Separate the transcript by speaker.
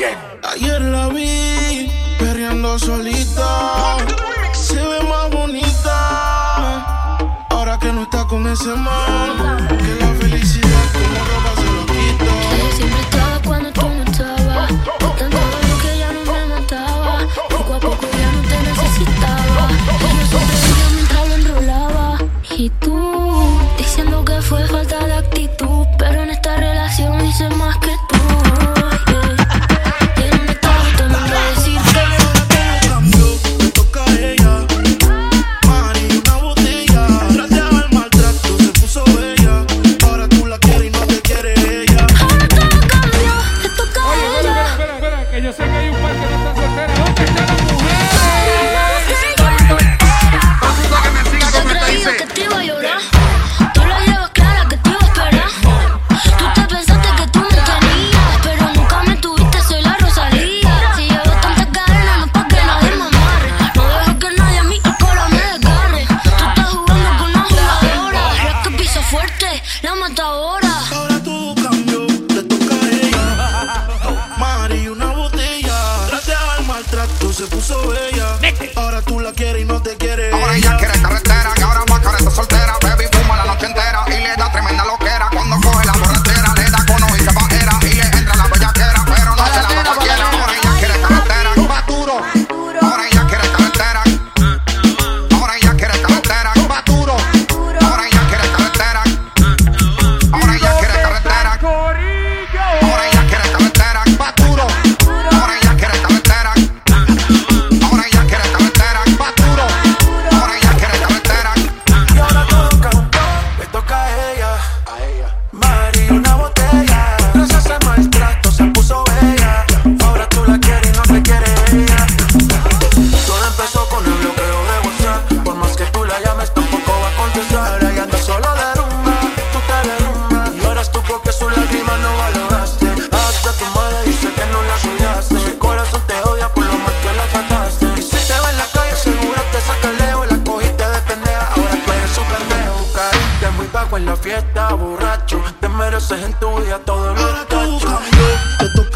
Speaker 1: Weekend.
Speaker 2: Ayer la vi perreando solita, se ve más bonita ahora que no está con ese man. Que la felicidad como ropa se lo quita.
Speaker 3: Que siempre estaba cuando tú no estabas. De tanto dolor que ya no me mataba. Poco a poco ya no te necesitaba. Y yo sufría mientras lo enrolaba. Y tú diciendo que fue falta de actitud, pero en esta relación hice más que tú.
Speaker 2: Se puso bella, ahora tú la quieres y no te quiere.
Speaker 4: Ahora ella quiere carretera y ahora va a careta soltera. Baby fuma la noche entera y le da tremenda loquera. Cuando coge la borrachera le da cono y se bajera y le entra la bellaquera, pero no se la da cualquiera. Ahora ella quiere carretera, va duro. Ahora ella quiere carretera. Ahora ella quiere carretera, va duro. Ahora ella quiere carretera. Ahora ella quiere carretera. Ahora ella quiere carretera, va duro. Ahora ella quiere carretera. Ahora ella quiere carretera, va duro. Ahora ella quiere carretera.
Speaker 2: Y ahora todo cambió, le toca a ella. Mari, una botella. Gracias al maltrato se puso bella. Ahora tú la quieres y no te quiere ella. Todo empezó con el bloqueo de WhatsApp. Por más que tú la llames tampoco va a contestar. Ahora ella anda solo de rumba, tú te derrumbas. Y ahora tú porque sus lágrimas no valoraste. Hasta tu madre dice que no la cuidaste. El corazón te odia por lo mal que la trataste. Y si te ve en la calle seguro te saca el leo. La cogiste de pendeja, ahora tú eres un pendejo. Caíste muy bajo en la fiesta, borracho. Te mereces en tu vida todo lo que te